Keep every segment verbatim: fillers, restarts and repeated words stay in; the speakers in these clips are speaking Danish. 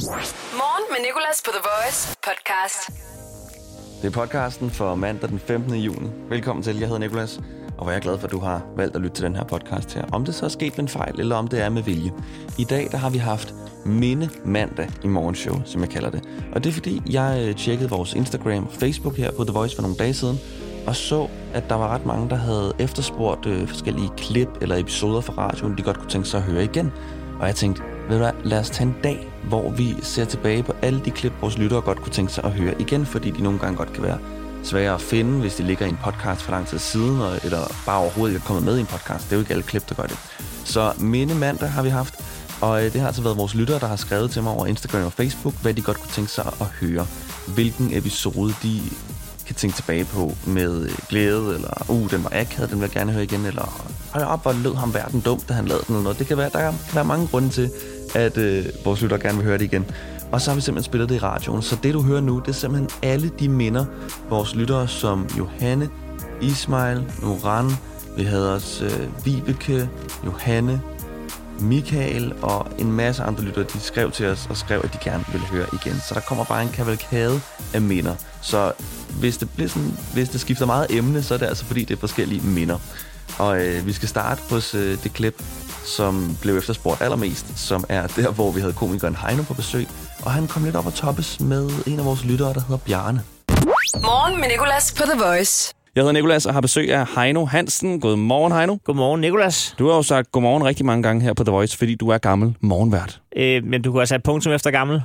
Morgen med Nicolas på The Voice podcast. Det er podcasten for mandag den femtende juni. Velkommen til, jeg hedder Nicolas, og hvor jeg er glad for, at du har valgt at lytte til den her podcast her. Om det så er sket med en fejl, eller om det er med vilje. I dag der har vi haft minde mandag i morgenshow, som jeg kalder det. Og det er fordi, jeg tjekkede vores Instagram og Facebook her på The Voice for nogle dage siden, og så, at der var ret mange, der havde efterspurgt øh, forskellige klip eller episoder fra radioen, de godt kunne tænke sig at høre igen. Og jeg tænkte, ved du hvad, lad os tage en dag, hvor vi ser tilbage på alle de klip, vores lyttere godt kunne tænke sig at høre igen, fordi de nogle gange godt kan være svære at finde, hvis de ligger i en podcast for lang tid siden, eller bare overhovedet ikke er kommet med i en podcast. Det er jo ikke alle klip, der gør det. Så minde mandag har vi haft, og det har altså været vores lyttere, der har skrevet til mig over Instagram og Facebook, hvad de godt kunne tænke sig at høre. Hvilken episode de kan tænke tilbage på med glæde, eller uh, den var akavet, den vil jeg gerne høre igen, eller hold op, hvor lød ham verden dumt, da han lavede den, eller noget. Det kan være, der kan være mange grunde til, at øh, vores lyttere gerne vil høre det igen. Og så har vi simpelthen spillet det i radioen. Så det, du hører nu, det er simpelthen alle de minder, vores lyttere som Johanne, Ismail, Noran, vi havde også øh, Vibeke, Johanne, Michael og en masse andre lyttere, de skrev til os og skrev, at de gerne ville høre igen. Så der kommer bare en kavalkade af minder. Så hvis det, bliver sådan, hvis det skifter meget emne, så er det altså fordi, det er forskellige minder. Og øh, vi skal starte hos øh, det klip, som blev efterspurgt allermest, som er der, hvor vi havde komikeren Heino på besøg. Og han kom lidt op og toppes med en af vores lyttere, der hedder Bjarne. Morgen med Nicolas på The Voice. Jeg hedder Nicolas og har besøg af Heino Hansen. Godmorgen, Heino. Godmorgen, Nicolas. Du har jo sagt godmorgen rigtig mange gange her på The Voice, fordi du er gammel morgenvært. Øh, men du kunne have sat punktum efter gammel.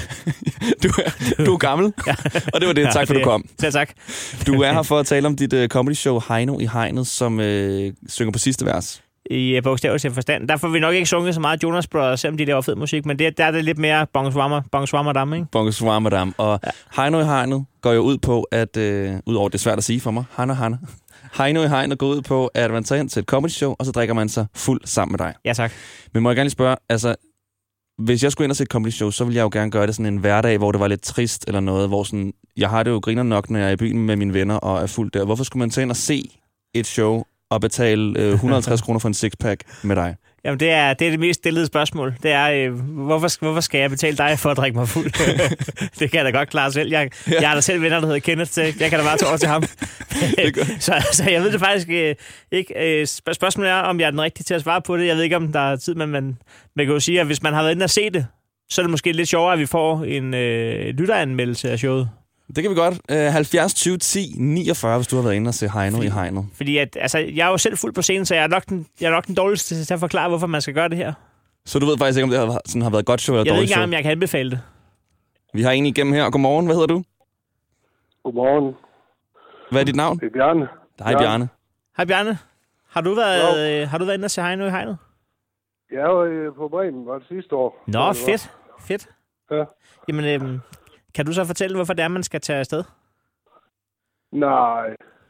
du, er, du er gammel, ja. Og det var det. Tak for, ja, du kom. Selv tak. Du er her for at tale om dit uh, comedy show Heino i Hegnet, som øh, synger på sidste vers. I bogstavelig forstand. Der får vi nok ikke sunget så meget Jonas Brothers, selvom de laver fed musik, men det, der er det lidt mere Bongeswammer-dam, ikke? Bongeswammer-dam. Og ja. Heino i Hegnet går jo ud på, at øh, udover det er svært at sige for mig, Hanna Hanna. Heino i Hegnet går ud på, at man tager ind til et comedy show, og så drikker man sig fuld sammen med dig. Ja, tak. Men må jeg gerne lige spørge, altså, hvis jeg skulle ind og se et comedy show, så ville jeg jo gerne gøre det sådan en hverdag, hvor det var lidt trist eller noget, hvor sådan, jeg har det jo griner nok, når jeg er i byen med mine venner og er fuld der. Hvorfor skulle man tage ind og se et show og betale øh, et hundrede og halvtreds kroner for en sixpack med dig? Jamen, det er det, er det mest stillede spørgsmål. Det er, øh, hvorfor, hvorfor skal jeg betale dig for at drikke mig fuld? Det kan jeg da godt klare selv. Jeg, ja. jeg har da selv venner, der hedder Kenneth, så jeg kan da bare tage over til ham. så, så jeg ved det faktisk øh, ikke. Øh, spørgsmålet er, om jeg er den rigtige til at svare på det. Jeg ved ikke, om der er tid, men man, man kan jo sige, at hvis man har været inde og se det, så er det måske lidt sjovere, at vi får en øh, lytteranmeldelse af showet. Det kan vi godt. Uh, halvfjerds tyve ti niogfyrre, hvis du har været inde og se Heino fordi, i Hegnet. Fordi at, altså, jeg er jo selv fuld på scenen, så jeg er nok den, jeg er nok den dårligste til at forklare, hvorfor man skal gøre det her. Så du ved faktisk ikke, om det har, sådan har været et godt show eller jeg dårligt show? Jeg ved ikke engang, om jeg kan anbefale det. Vi har en igennem her. Godmorgen, hvad hedder du? Godmorgen. Hvad er dit navn? Det er Bjarne. Hej Bjarne. Hej Bjarne. Har du været, øh, har du været inde og se Heino i Hegnet? Jeg var øh, på Bremen, var det sidste år. Nå, fedt. Fedt. Ja. Jamen, øh, kan du så fortælle, hvorfor det er, man skal tage afsted? Nej.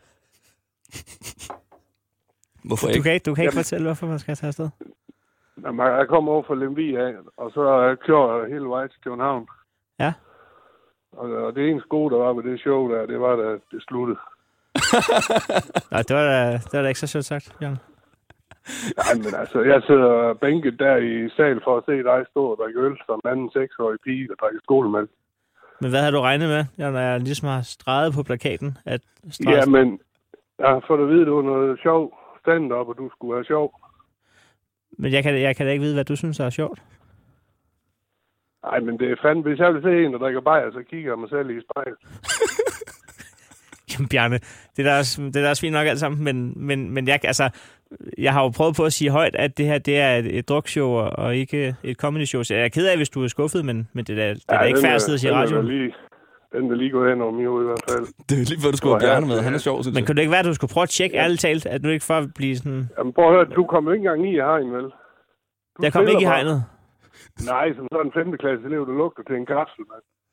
Hvorfor du ikke? Kan ikke? Du kan ikke Jamen, fortælle, hvorfor man skal tage afsted? Jamen, jeg kom over fra Lemvig af, og så kører jeg hele vejen til København. Ja. Og, og det eneste gode, der var ved det show der, det var, da det sluttede. Nej, det var da, det var da ikke så sjovt sagt, Jørgen. Nej, men altså, jeg sidder bænket der i sal for at se dig stå og drikke øl som anden seksårig pige, der drikker skolemælk. Men hvad har du regnet med, når jeg ligesom har streget på plakaten? At ja, men jeg har fået at vide, at du var noget sjov stand-up, og du skulle være sjov. Men jeg kan, jeg kan da ikke vide, hvad du synes er sjovt. Nej, men det er fandme. Hvis jeg vil se en, der drikker bajer, så kigger jeg mig selv i spejl. Jamen, Bjarne, det er da også, det er da også fint nok alt sammen, men, men, men jeg, altså, jeg har jo prøvet på at sige højt, at det her det er et, et drukshow og ikke et comedy show. Så jeg er ked af, hvis du er skuffet, men, men det er, det er ja, da ikke fair at sidde og sige radio. Den er lige gået hen over mig i hvert fald. Det er lige før, du skulle have Bjarne med. Han er sjov, synes Men kunne det ikke være, at du skulle prøve at tjekke ja. ærligt talt, at du ikke for at blive sådan... Jamen prøv at høre, du kom jo ikke engang i hegn, vel? Du jeg kom ikke i hegnet. Nej, som sådan en femte klasse elev, du lugter til en kapsel, mand.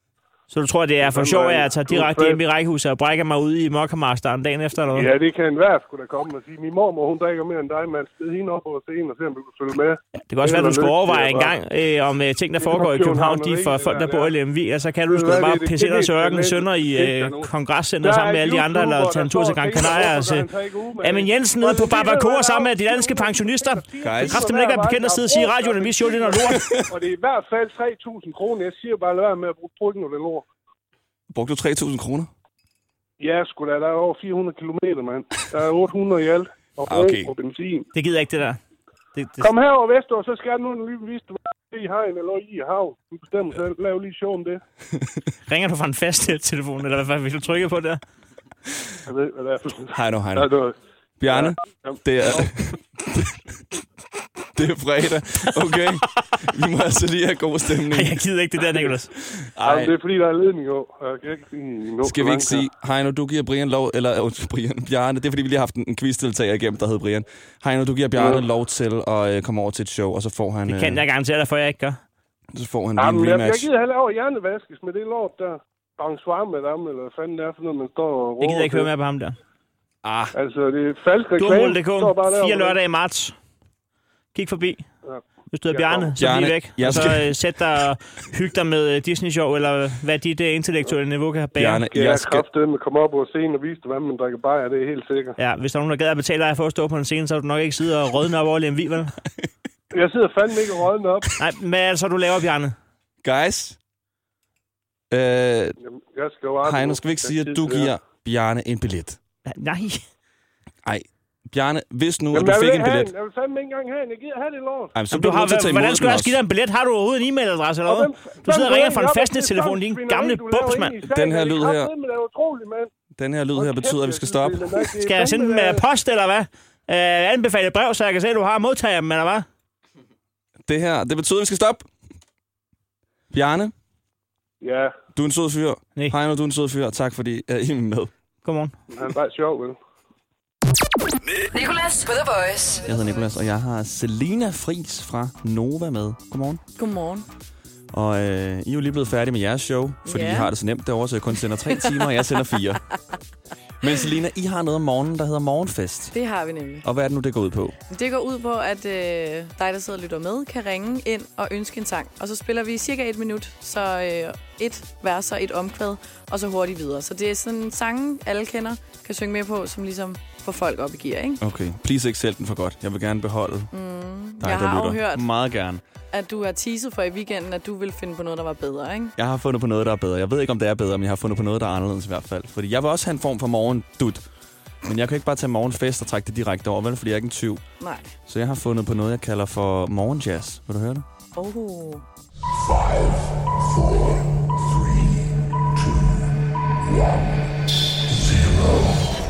Så du tror, det er for sjov, at jeg tager direkte hjem i rækkehuset og brækker mig ud i mokkamasteren dagen efter, eller hvad? Ja, det kan enhver skulle da komme og sige. Min mormor, hun drikker mere end dig, man. Spid hende op på scenen og se, om du kan følge med. Ja, det kan også være, at du skal overveje en gang, øh, om øh, ting, der foregår i København, de er for folk, der bor i Lemvig. Altså kan du sgu da bare pisse ind og sørge sønder i øh, kongresscenteret sammen med alle de andre, eller tage en tur til Gran Canaria og se Amin Jensen nede på Barbacoa sammen med de danske pensionister. Kræfter man ikke er bekendt at sidde og sige, radioen er mis sjovt ind og lort. Og det er i hvert fald tre tusind kroner. Jeg siger bare, lad være med at bruge brugen af det lort. Brugte du tre tusind kroner? Ja, sgu da. Der er over fire hundrede kilometer, mand. Der er otte hundrede i alt. Og okay. Og benzin. Det gider ikke, det der. Det, det... Kom herover Vestår, så skal jeg nu lige vise, du er i hegn eller i hav. Du bestemmer selv. Lav lige show om det. Ringer du fra en fast telefon, eller hvad vil du trykke på der? Jeg ved, hvad det er for... Hej nu, hej nu. Bjarne, ja. det er... Det er fredag. Okay. Vi må altså lige have god stemning. Ej, jeg gider ikke det der, Nicholas. Ej. Det er fordi, der er ledning over. Jeg kan ikke sige noget. Skal vi ikke sige, Heino, du giver Brian lov, eller oh, Brian, Bjarne, det er fordi, vi lige har haft en quiz-deltager igennem, der hedder Brian. Heino, du giver Bjarne ja. lov til at uh, komme over til et show, og så får han... Det kan uh, jeg garantere dig, for jeg ikke gør. Så får han lige en rematch. Jeg, jeg gider heller over hjernevaskes med det lort der. Bansoir med dem, eller hvad fanden det er for noget, man står og råber. Jeg gider ikke høre mere på ham der. Ah. Altså, det er falsk reklame. Durmål punktum d k. Fire lørdage i marts. Kig forbi. Ja. Hvis du er Bjarne, så bliv væk. Og så skal... sæt dig og hygge dig med Disney-show, eller hvad dit uh, intellektuelle niveau kan have bære. Bjarne, jeg, jeg skal kraftedeme komme op på scenen og vise dig, hvordan man drikker bajer, det er helt sikkert. Ja, hvis der er nogen, der gad at betale dig for at stå på en scene, så vil du nok ikke sidde og rådne op over Lemvig, vel? Jeg sidder fandme ikke og rådne op. Nej, hvad er det så, du laver, Bjarne? Guys. Øh... Jamen, jeg skal jo Hej, nu skal vi ikke sige, at du giver Bjarne en billet. Nej. Ej. Bjarne, hvis nu, at du fik en billet... En. Jeg vil fandme ikke engang have en. Jeg gider have det lort. Ej, så du har, til hvordan skulle jeg give dig en billet? Har du overhovedet en e-mailadresse eller noget? Du sidder og ringer fra en fastnettelefon, din gamle bums, mand. Den her lyd her... Den her lyd her betyder, at vi skal stoppe. Skal jeg sende med post, eller hvad? Uh, anbefale brev, så jeg kan se, at du har modtaget dem, eller hvad? Det her, det betyder, at vi skal stoppe. Bjarne? Ja? Du er en sød fyr. Nej. Hej, nu du er en sød fyr. Tak, fordi uh, I er med. Godmorgen. Han er bare sjov, vel? Nicholas på The Voice. Jeg hedder Nicholas, og jeg har Selina Friis fra Nova med. Godmorgen. Godmorgen. Og øh, I er jo lige blevet færdige med jeres show, fordi yeah. I har det så nemt derovre, så jeg kun sender tre timer, og jeg sender fire. Men Selina, I har noget om morgenen, der hedder morgenfest. Det har vi nemlig. Og hvad er det nu, det går ud på? Det går ud på, at øh, dig, der sidder og lytter med, kan ringe ind og ønske en sang. Og så spiller vi cirka et minut, så øh, et vers og et omkvæd, og så hurtigt videre. Så det er sådan en sang, alle kender, kan synge med på, som ligesom får folk op i gear, ikke? Okay. Please ikke sælg den for godt. Jeg vil gerne beholde mm. dig, jeg der har lytter. hørt, meget gerne. At du har teaset for i weekenden, at du vil finde på noget, der var bedre, ikke? Jeg har fundet på noget, der er bedre. Jeg ved ikke, om det er bedre, men jeg har fundet på noget, der er anderledes i hvert fald. Fordi jeg vil også have en form for morgendut. Men jeg kan ikke bare tage morgenfest og trække det direkte over, vel? Fordi jeg er ikke en tyv. Nej. Så jeg har fundet på noget, jeg kalder for morgenjazz. Vil du høre det? Oh. five, four, three, two, one, zero.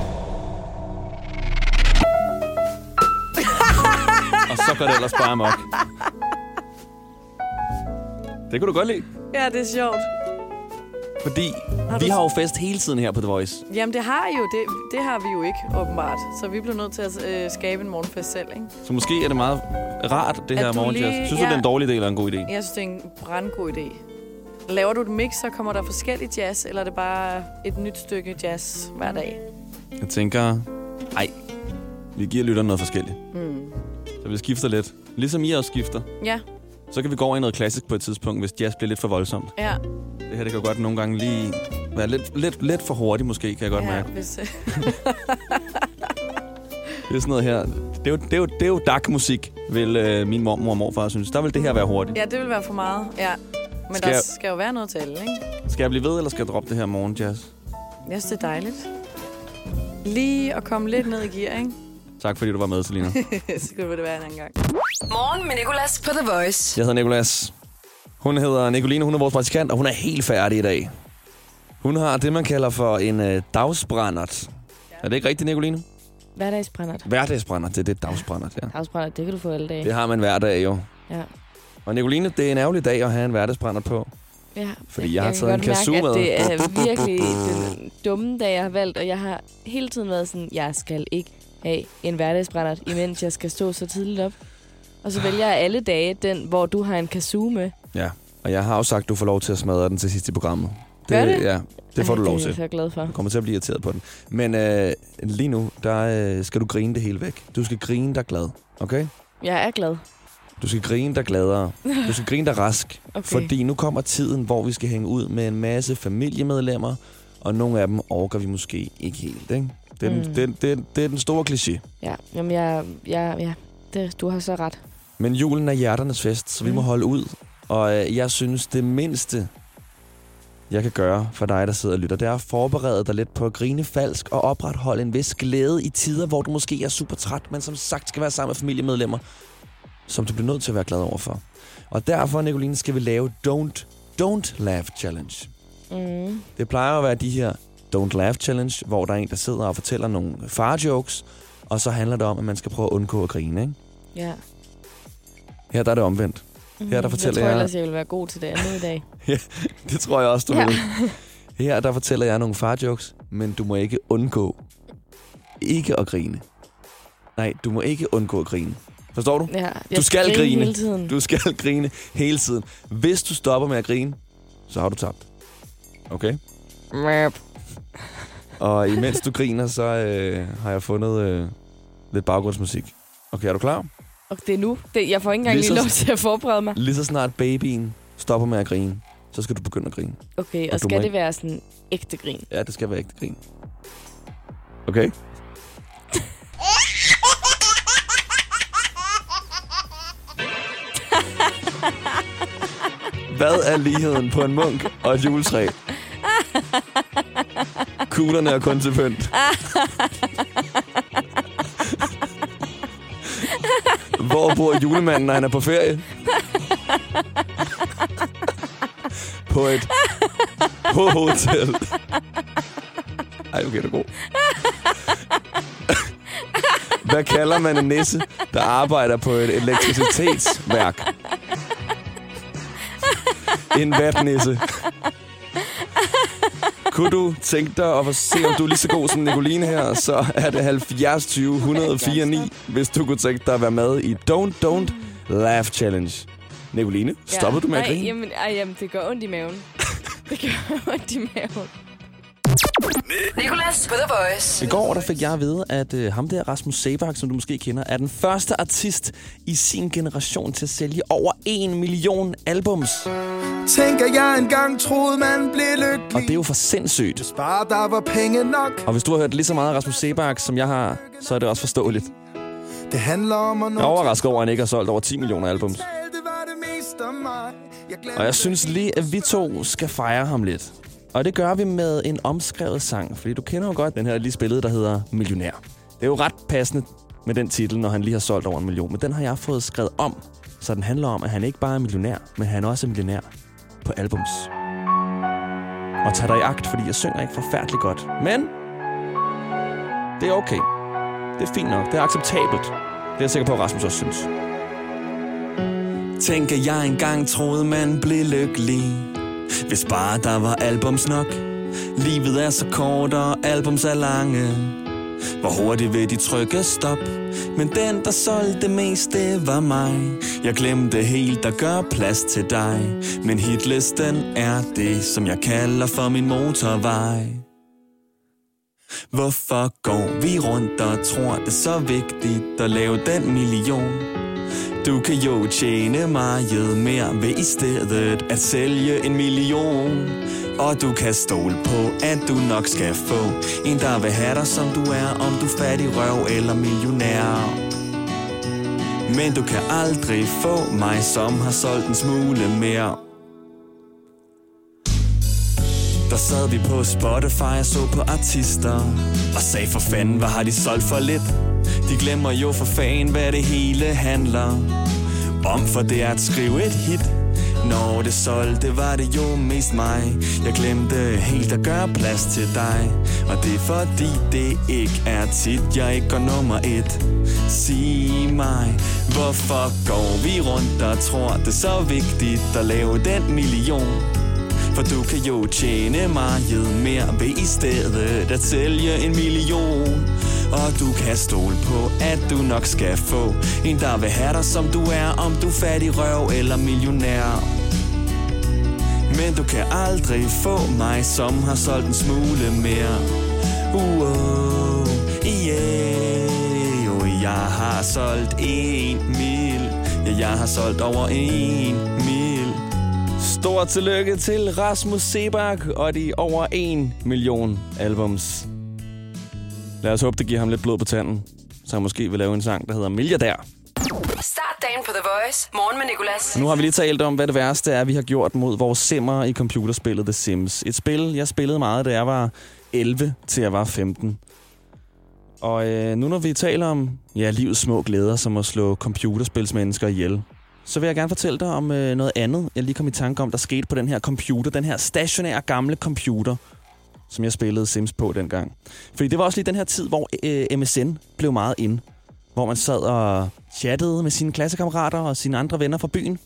Og så går det ellers bare amok. Det kunne du godt lide. Ja, det er sjovt. Fordi har vi du... har jo fest hele tiden her på The Voice. Jamen, det har I jo. Det, det har vi jo ikke, åbenbart. Så vi bliver nødt til at øh, skabe en morgenfest selv, ikke? Så måske er det meget rart, det her morgenjazz. Lige... Synes ja. du, det er en dårlig idé eller en god idé? Jeg synes, det er en brandgod idé. Laver du et mix, så kommer der forskellig jazz, eller er det bare et nyt stykke jazz hver dag? Jeg tænker, ej, vi giver lytterne noget forskelligt. Mm. Så vi skifter lidt. Ligesom I også skifter. Ja. Så kan vi gå over i noget klassisk på et tidspunkt, hvis jazz bliver lidt for voldsomt. Ja. Det her, det kan godt nogle gange lige være lidt, lidt, lidt for hurtigt, måske, kan jeg godt ja, mærke. Hvis... Det er sådan noget her. Det er jo, det er jo, det er jo dark-musik, vil øh, min mormor og morfar synes. Der vil det her være hurtigt. Ja, det vil være for meget, ja. Men skal der jeg... skal jo være noget til alle, ikke? Skal jeg blive ved, eller skal jeg droppe det her morgenjazz? Jeg synes, det er dejligt. Lige at komme lidt ned i gear, ikke? Tak fordi du var med, Selina. Så kunne det være en anden gang. Morgen med Nicholas på The Voice. Jeg hedder Nicholas. Hun hedder Nicoline, hun er vores praktikant, og hun er helt færdig i dag. Hun har det, man kalder for en øh, dagsbrændert. Ja. Er det ikke rigtigt, Nicoline? Hverdagsbrændert. Hverdagsbrændert, det er det dagsbrændert, ja. Dagsbrændert, det kan du få alle dage. Det har man hver dag, jo. Ja. Og Nicoline, det er en ærgerlig dag at have en hverdagsbrændert på. Ja. Fordi jeg, jeg har taget en kazoo med. Det er virkelig den dumme dag, jeg har valgt, og jeg har hele tiden været sådan, jeg skal ikke have en hverdagsbrændert, imens jeg skal stå så tidligt op. Og så vælger jeg alle dage den, hvor du har en kazoo med. Ja, og jeg har også sagt, at du får lov til at smadre den til sidst i programmet. Gør det? Ja, det får Ej, du lov det er til. jeg så glad for. Du kommer til at blive irriteret på den. Men øh, lige nu, der øh, skal du grine det hele væk. Du skal grine dig glad, okay? Jeg er glad. Du skal grine dig gladere. Du skal grine dig rask. Okay. Fordi nu kommer tiden, hvor vi skal hænge ud med en masse familiemedlemmer, og nogle af dem orker vi måske ikke helt, ikke? Det er, den, Mm. det, det, det er den store kliché. Ja, jamen jeg, jeg, ja det, du har så ret. Men julen er hjerternes fest, så vi Mm. må holde ud. Og øh, jeg synes, det mindste, jeg kan gøre for dig, der sidder og lytter, det er at forberede dig lidt på at grine falsk og opretholde en vis glæde i tider, hvor du måske er super træt, men som sagt skal være sammen med familiemedlemmer, som du bliver nødt til at være glad overfor. Og derfor, Nicoline, skal vi lave Don't, Don't Laugh Challenge. Mm. Det plejer at være de her Don't Laugh Challenge, hvor der er en, der sidder og fortæller nogle far-jokes, og så handler det om, at man skal prøve at undgå at grine, ikke? Ja. Her der er det omvendt. Her der fortæller jeg... tror jeg... ellers, jeg vil være god til det andet i dag. Ja, det tror jeg også, du Ja. vil. Her der fortæller jeg nogle far-jokes, men du må ikke undgå ikke at grine. Nej, du må ikke undgå at grine. Forstår du? Ja, jeg Du skal griner grine. hele tiden. Du skal grine hele tiden. Hvis du stopper med at grine, så har du tabt. Okay? Møp. Og imens du griner, så øh, har jeg fundet øh, lidt baggrundsmusik. Okay, er du klar? Og det er nu. Det, jeg får ikke engang Lige lige så- lov til at forberede mig. Lige så snart babyen stopper med at grine, så skal du begynde at grine. Okay, Og og du må skal det ikke- være sådan ægte grin? Ja, det skal være ægte grin. Okay? Hvad er ligheden på en munk og et juletræ? Kuglerne er kun til pynt. Hvor bor julemanden, når han er på ferie? På et hotel. Ej, okay, det er god. Hvad kalder man en nisse, der arbejder på et elektricitetsværk? En vatnisse. Kunne du tænke dig at se, om du er lige så god som Nicoline her, så er det halvfjerds tyve et nul nul fire ni, hvis du kunne tænke dig at være med i Don't Don't Laugh Challenge. Nicoline, stopper du med at Ej, grine? jamen, ej, jamen, det gør ondt i maven. Det gør ondt i maven. Nicolas på The Voice. I går der fik jeg at vide, at øh, ham der Rasmus Seebach, som du måske kender, er den første artist i sin generation til at sælge over en million albums. Tænker jeg engang troede, man blev lykkelig. Og det er jo for sindssygt. Bare der var penge nok. Og hvis du har hørt lige så meget af Rasmus Seebach, som jeg har, så er det også forståeligt. Det handler om at nå. Jeg er overrasket over, at han ikke har solgt over ti millioner albums. Det var det meste af mig. Jeg glemte Og jeg synes lige, at vi to skal fejre ham lidt. Og det gør vi med en omskrevet sang, fordi du kender jo godt den her lige spillet, der hedder Millionær. Det er jo ret passende med den titel, når han lige har solgt over en million. Men den har jeg fået skrevet om, så den handler om, at han ikke bare er millionær, men han også er millionær på albums. Og tag dig i agt, fordi jeg synger ikke forfærdeligt godt. Men det er okay. Det er fint nok. Det er acceptabelt. Det er jeg sikker på, at Rasmus også synes. Tænker jeg engang troede, man blev lykkelig, hvis bare der var albums nok. Livet er så kort, og albums er lange. Hvor hurtigt vil de trykke stop? Men den, der solgte mest, det var mig. Jeg glemte helt at gøre plads til dig. Men hitlisten er det, som jeg kalder for min motorvej. Hvorfor går vi rundt og tror, det er så vigtigt at lave den million? Du kan jo tjene meget mere ved i stedet at sælge en million. Og du kan stole på, at du nok skal få en, der vil have dig, som du er, om du er fattig røv eller millionær. Men du kan aldrig få mig, som har solgt en smule mere. Der sad vi på Spotify og så på artister og sagde, for fanden, hvad har de solgt for lidt? De glemmer jo for fanden, hvad det hele handler om, for det er at skrive et hit. Når det solgte, var det jo mest mig. Jeg glemte helt at gøre plads til dig. Og det er fordi, det ikke er tit, jeg ikke går nummer et. Sig mig, hvorfor går vi rundt og tror, det er så vigtigt at lave den million? For du kan jo tjene meget mere ved i stedet at sælge en million. Og du kan stole på, at du nok skal få en, der vil have dig, som du er, om du er fattig røv eller millionær. Men du kan aldrig få mig, som har solgt en smule mere. Uoh, yeah, oh, jeg har solgt en mil. Ja, jeg har solgt over en mil. Stort tillykke til Rasmus Seebach og de over en million albums. Lad os håbe, det giver ham lidt blod på tanden, så han måske vil lave en sang, der hedder Milliardær. Start dagen på The Voice. Morgen med Nicolas. Nu har vi lige talt om, hvad det værste er, vi har gjort mod vores simmer i computerspillet The Sims. Et spil, jeg spillede meget, da jeg var elleve til jeg var femten. Og øh, nu når vi taler om ja, livets små glæder, som at slå computerspilsmennesker ihjel, så vil jeg gerne fortælle dig om øh, noget andet, jeg lige kom i tanke om, der skete på den her computer, den her stationære gamle computer, som jeg spillede Sims på dengang. Fordi det var også lige den her tid, hvor øh, M S N blev meget inde. Hvor man sad og chattede med sine klassekammerater og sine andre venner fra byen.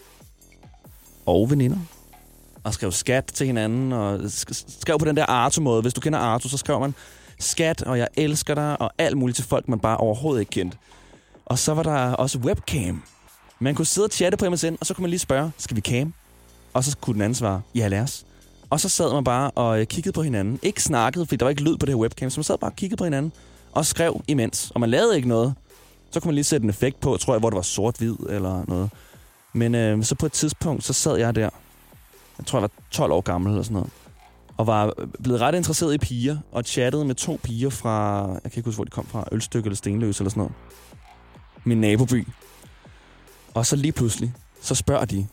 Og veninder. Og skrev skat til hinanden. Og skrev på den der Arto-måde. Hvis du kender Arto, så skrev man skat, og jeg elsker dig, og alt muligt til folk, man bare overhovedet ikke kendte. Og så var der også webcam. Man kunne sidde og chatte på M S N, og så kunne man lige spørge, skal vi cam? Og så kunne den anden svare, ja lad os. Og så sad man bare og kiggede på hinanden. Ikke snakkede, fordi der var ikke lyd på det her webcam, så man sad bare og kiggede på hinanden og skrev imens. Og man lavede ikke noget. Så kunne man lige sætte en effekt på, tror jeg, hvor det var sort-hvid eller noget. Men øh, så på et tidspunkt, så sad jeg der. Jeg tror, jeg var tolv år gammel eller sådan noget. Og var blevet ret interesseret i piger. Og chattede med to piger fra, jeg kan ikke huske, hvor de kom fra, Ølstykke eller Stenløse eller sådan noget. Min naboby. Og så lige pludselig, så spørger de,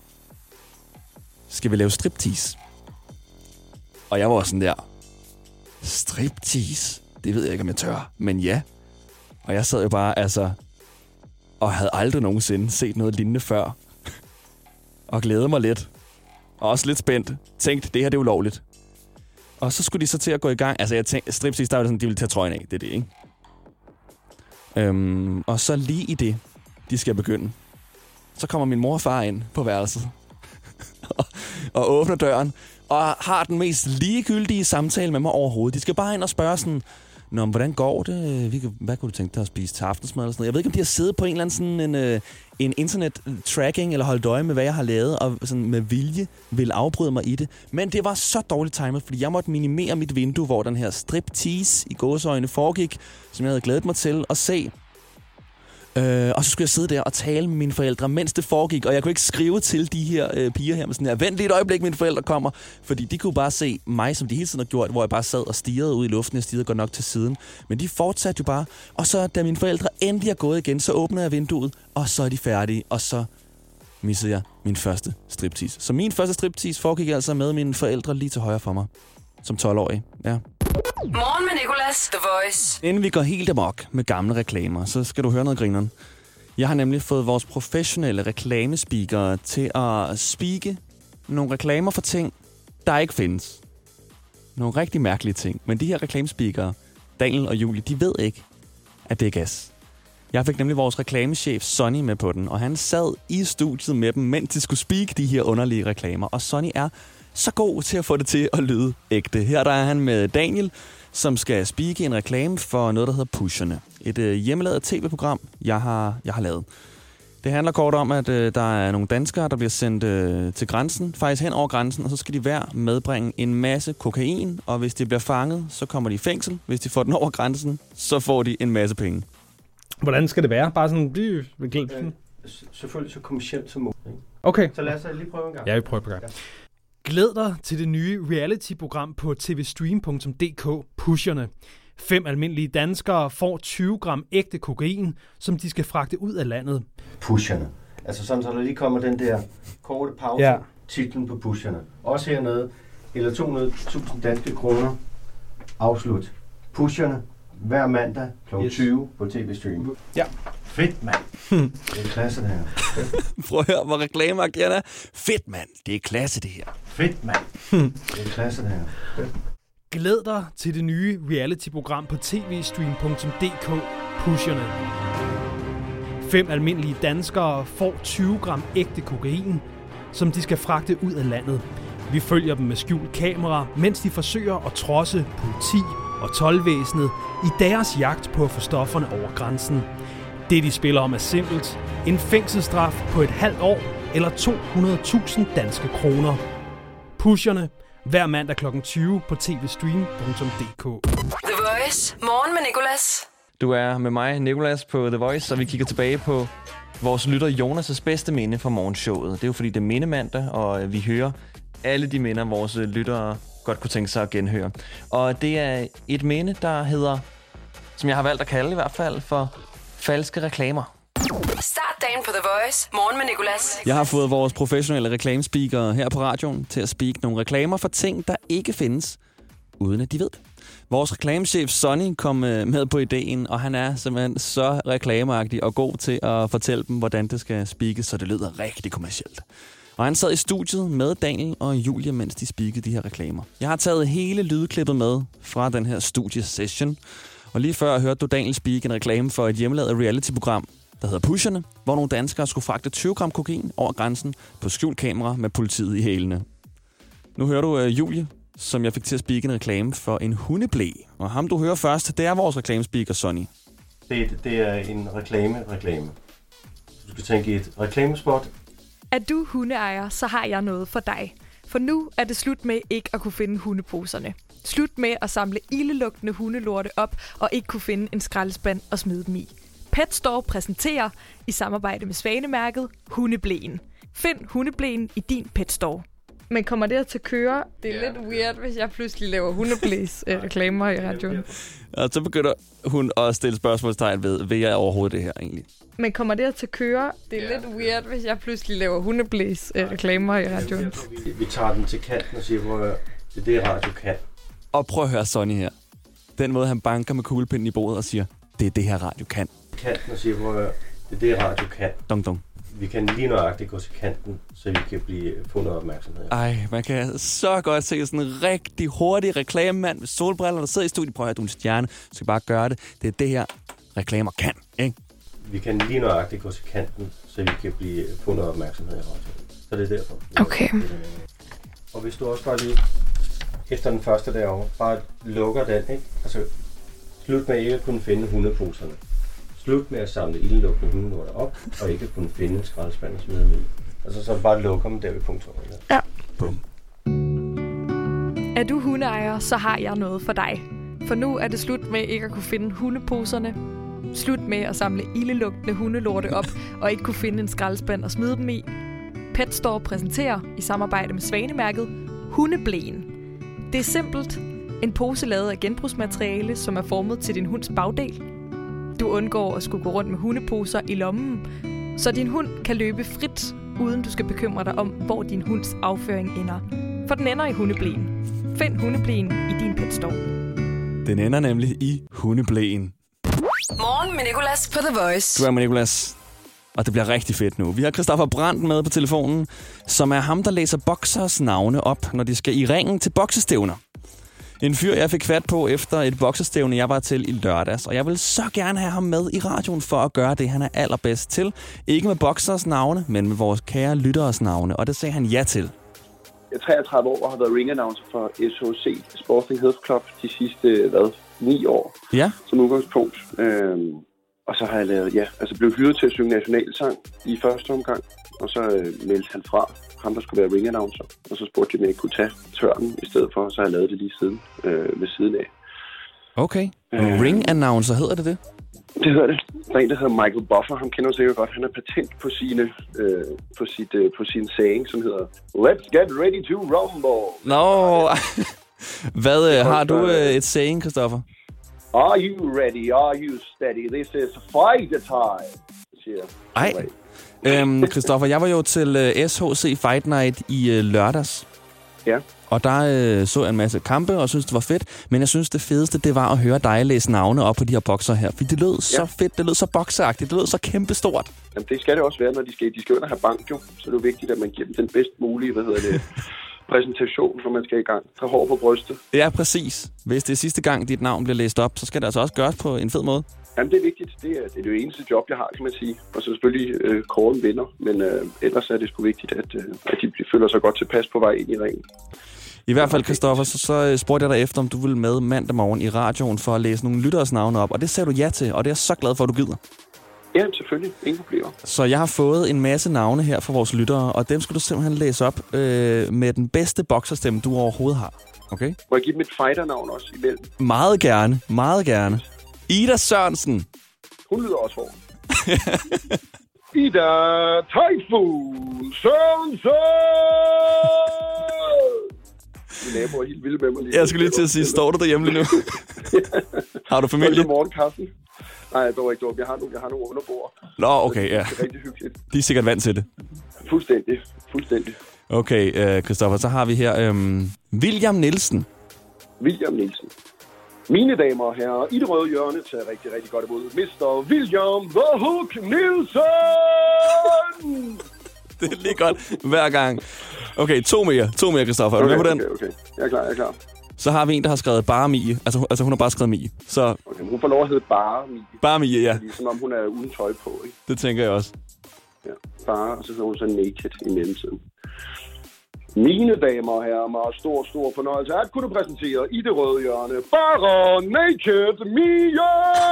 skal vi lave striptease? Og jeg var sådan der, striptease? Det ved jeg ikke, om jeg tør, men ja. Og jeg sad jo bare, altså, og havde aldrig nogensinde set noget lignende før. Og glædede mig lidt. Og også lidt spændt. Tænkte, det her det er ulovligt. Og så skulle de så til at gå i gang. Altså, jeg tænkte, striptease, der var det sådan, de ville tage trøjen af. Det er det, ikke? Øhm, og så lige i det, de skal begynde, så kommer min mor og far ind på værelset. og åbner døren. Og har den mest ligegyldige samtale med mig overhovedet. De skal bare ind og spørge sådan, nå, hvordan går det? Hvad kunne du tænke dig at spise til aftensmad eller sådan noget? Jeg ved ikke, om de har siddet på en eller anden sådan en, øh, en internet-tracking, eller holdt øje med, hvad jeg har lavet, og sådan med vilje vil afbryde mig i det. Men det var så dårligt timet, fordi jeg måtte minimere mit vindue, hvor den her striptease i gåseøjne foregik, som jeg havde glædet mig til at se. Øh, og så skulle jeg sidde der og tale med mine forældre, mens det foregik, og jeg kunne ikke skrive til de her øh, piger her med sådan her, vent lige et øjeblik, mine forældre kommer, fordi de kunne bare se mig, som de hele tiden har gjort, hvor jeg bare sad og stirrede ud i luften, jeg stirrede godt nok til siden, men de fortsatte jo bare, og så da mine forældre endelig er gået igen, så åbner jeg vinduet, og så er de færdige, og så missede jeg min første striptease. Så min første striptease foregik altså med mine forældre lige til højre for mig, som tolv-årig, ja. Morgen med Nicolas, The Voice. Inden vi går helt amok med gamle reklamer, så skal du høre noget grineren. Jeg har nemlig fået vores professionelle reklamespeakere til at speake nogle reklamer for ting, der ikke findes. Nogle rigtig mærkelige ting. Men de her reklamespeakere, Daniel og Julie, de ved ikke, at det er gas. Jeg fik nemlig vores reklamechef Sonny med på den, og han sad i studiet med dem, mens de skulle speake de her underlige reklamer. Og Sonny er så god til at få det til at lyde ægte. Her der er han med Daniel, som skal speake en reklame for noget, der hedder Pusherne. Et øh, hjemmelavet tv-program, jeg har, jeg har lavet. Det handler kort om, at øh, der er nogle danskere, der bliver sendt øh, til grænsen, faktisk hen over grænsen, og så skal de hver medbringe en masse kokain, og hvis de bliver fanget, så kommer de i fængsel. Hvis de får den over grænsen, så får de en masse penge. Hvordan skal det være? Bare sådan... Øh, selvfølgelig så kommercielt som muligt. Okay. Så lad os lige prøve en gang. Ja, vi prøver på gang. Glæd dig til det nye reality-program på tvstream punktum d k, Pusherne. Fem almindelige danskere får tyve gram ægte kokain, som de skal fragte ud af landet. Pusherne. Altså sådan, så der lige kommer den der korte pause, ja. Titlen på Pusherne. Også hernede, eller to hundrede tusind danske kroner. Afslut. Pusherne hver mandag klokken yes. tyve på tvstream. Ja. Fedt, mand. Hmm. Det er klasse, det her. Prøv at høre, hvor reklameagtig han er. Fedt, mand. Det er klasse, det her. Fedt, mand. Hmm. Det er klasse, det her. Glæd dig til det nye reality-program på tvstream punktum d k, Pusherne. Fem almindelige danskere får tyve gram ægte kokain, som de skal fragte ud af landet. Vi følger dem med skjult kamera, mens de forsøger at trodse politi og toldvæsenet i deres jagt på at få stofferne over grænsen. Det, de spiller om, er simpelt. En fængselsstraf på et halvt år eller to hundrede tusind danske kroner. Pusherne, hver mandag klokken tyve på t v stream punktum d k. The Voice. Morgen med Nicolas. Du er med mig, Nicolas, på The Voice, og vi kigger tilbage på vores lytter Jonas' bedste minde fra morgenshowet. Det er jo fordi, det er mindemandag, og vi hører alle de minder, vores lyttere godt kunne tænke sig at genhøre. Og det er et minde, der hedder, som jeg har valgt at kalde i hvert fald, for falske reklamer. Start dagen på The Voice. Morgen med Nicolas. Jeg har fået vores professionelle reklamespeakere her på radioen til at speak nogle reklamer for ting, der ikke findes, uden at de ved det. Vores reklamechef Sonny kom med på ideen, og han er simpelthen så reklameagtig og god til at fortælle dem, hvordan det skal speakes, så det lyder rigtig kommercielt. Og han sad i studiet med Daniel og Julie, mens de speakede de her reklamer. Jeg har taget hele lydklippet med fra den her studiesession. Og lige før hørte du Daniel speak en reklame for et hjemmelavet reality-program, der hedder Pusherne, hvor nogle danskere skulle fragte tyve gram kokain over grænsen på skjult kamera med politiet i hælene. Nu hører du uh, Julie, som jeg fik til at speak en reklame for en hundeblæ. Og ham, du hører først, det er vores reklamespeaker, Sonny. Det, det er en reklame-reklame. Du skal tænke i et reklamespot. Er du hundeejer, så har jeg noget for dig. For nu er det slut med ikke at kunne finde hundeposerne. Slut med at samle ildelugtende hundelorte op og ikke kunne finde en skraldespand og smide dem i. Pet Store præsenterer i samarbejde med Svanemærket Hundeblæen. Find Hundeblæen i din Pet Store. Men kommer det til at køre? Det er ja. lidt weird, hvis jeg pludselig laver hundeblæs øh, reklamer i radioen. Og så begynder hun at stille spørgsmålstegn ved, vil jeg overhovedet det her egentlig? Men kommer det til at køre? Det er ja. lidt weird, hvis jeg pludselig laver hundeblæs øh, reklamer i radioen. Vi, vi tager den til kanten og siger, hvor det er det, radio kan. Og prøv at høre Sonny her. Den måde, han banker med kuglepinden i bordet og siger, det er det her radio kan. Kanten og siger, hvor det er det, radio kan. Dong, dong. Vi kan lige nøjagtigt gå til kanten, så vi kan blive få noget opmærksomhed. Ej, man kan så godt se sådan en rigtig hurtig reklamemand med solbriller, der sidder i studiet. Prøv at høre, du er en stjerne. Du skal bare gøre det. Det er det her, reklamer kan, ikke? Vi kan lige nøjagtigt gå til kanten, så vi kan blive få noget opmærksomhed i radioen. Så det er derfor. Okay. Og hvis du også bare lige, efter den første derovre, bare lukker den, ikke? Altså, slut med ikke at kunne finde hundeposerne. Slut med at samle ildelugtende hundelorte op, og ikke kunne finde en skraldespand og smide dem i. Altså så bare lukker dem der ved punktum. Ja. Bum. Er du hundeejer, så har jeg noget for dig. For nu er det slut med ikke at kunne finde hundeposerne. Slut med at samle ildelugtende hundelorte op, og ikke kunne finde en skraldespand og smide dem i. Pet Store præsenterer i samarbejde med Svanemærket Hundeblæen. Det er simpelt. En pose lavet af genbrugsmateriale, som er formet til din hunds bagdel. Du undgår at skulle gå rundt med hundeposer i lommen, så din hund kan løbe frit, uden du skal bekymre dig om, hvor din hunds afføring ender. For den ender i hundeblæen. Find hundeblæen i din Pet Store. Den ender nemlig i hundeblæen. Morgen med Nicolas på The Voice. Du er med Nicolas, og det bliver rigtig fedt nu. Vi har Christoffer Brandt med på telefonen, som er ham, der læser boksers navne op, når de skal i ringen til boksestævner. En fyr, jeg fik fat på efter et boksestævne, jeg var til i lørdags. Og jeg vil så gerne have ham med i radioen for at gøre det, han er allerbedst til. Ikke med boksers navne, men med vores kære lytteres navne. Og det sagde han ja til. Jeg er treogtredive år og har været ring-announcer for S H C Sporting Health Club de sidste, hvad, ni år. Ja. Som udgangspunkt. Øhm, og så har jeg lavet, ja, altså blev hyret til at synge nationalsang i første omgang. Og så øh, meldte han fra. Ham, der skulle være ring-announcer. Og så spurgte de, om jeg kunne tage tørnen i stedet for, så har jeg lavet det lige siden, øh, ved siden af. Okay. Øh, ring-announcer, hedder det det? Det hedder det. Der er en, der hedder Michael Buffer. Han kender sikkert godt. Han har patent på sine, øh, på sit, øh, på sin saying, som hedder Let's get ready to rumble. Nå, hvad øh, har du øh, et saying, Christoffer? Are you ready? Are you steady? This is fight time, siger Ej. Øhm, Christoffer, jeg var jo til uh, S H C Fight Night i uh, lørdags. Ja. Og der uh, så jeg en masse kampe og synes det var fedt. Men jeg synes det fedeste, det var at høre dig læse navne op på de her bokser her. For det lød ja. så fedt, det lød så bokseagtigt, det lød så kæmpestort. Jamen det skal det også være, når de skal, de skal jo have bank jo. Så det er vigtigt, at man giver dem den bedst mulige, hvad hedder det, præsentation, når man skal i gang. Tag hår på brystet. Ja, præcis. Hvis det er sidste gang, dit navn bliver læst op, så skal det altså også gøres på en fed måde. Jamen, det er vigtigt. Det er det, er det eneste job, jeg har, kan man sige. Og så selvfølgelig øh, kåren vinder. Men øh, ellers er det sgu vigtigt, at, øh, at de føler sig godt tilpas på vej ind i ringen. I hvert fald, Christoffer, så, så spurgte jeg dig efter, om du ville med mandag morgen i radioen for at læse nogle lytteres navne op. Og det sagde du ja til, og det er jeg så glad for, at du gider. Ja, selvfølgelig. Ingen problemer. Så jeg har fået en masse navne her fra vores lyttere, og dem skal du simpelthen læse op øh, med den bedste bokserstemme, du overhovedet har. Okay? Må jeg give dem et fighter-navn også imellem? Meget gerne. Meget gerne. Ida Sørensen. Hun lyder også hård. Ida Typhoon Sørensen! Min nabo er helt vilde med mig lige. Jeg skulle lige til at sige, står du derhjemme lige nu? Har du familie? Jeg morgenkaffen. Nej, jeg dog ikke dog. Jeg har nogle, jeg har nogle underbord. Nå, okay, ja. Det er rigtig hyggeligt. De er sikkert vant til det. Fuldstændig. Fuldstændig. Okay, uh, Christoffer, så har vi her um, William Nielsen. William Nielsen. Mine damer og herrer, i det røde hjørne tager rigtig, rigtig godt imod mister William The Hook Nielsen! Det er lige godt hver gang. Okay, to mere. To mere, Christoffer. Er du okay, med på den? Okay, okay. Jeg er klar, jeg er klar. Så har vi en, der har skrevet bare Mie. Altså, altså hun har bare skrevet Mie. Så... Okay, hun får lov at hedde bare Mie. Bare Mie, ja. Ligesom om hun er uden tøj på, ikke? Det tænker jeg også. Ja, bare, og så hedder hun så naked i mellemtiden. Mine damer og herrer, meget stor, stor fornøjelse at kunne præsentere i det røde hjørne bare Naked Mie!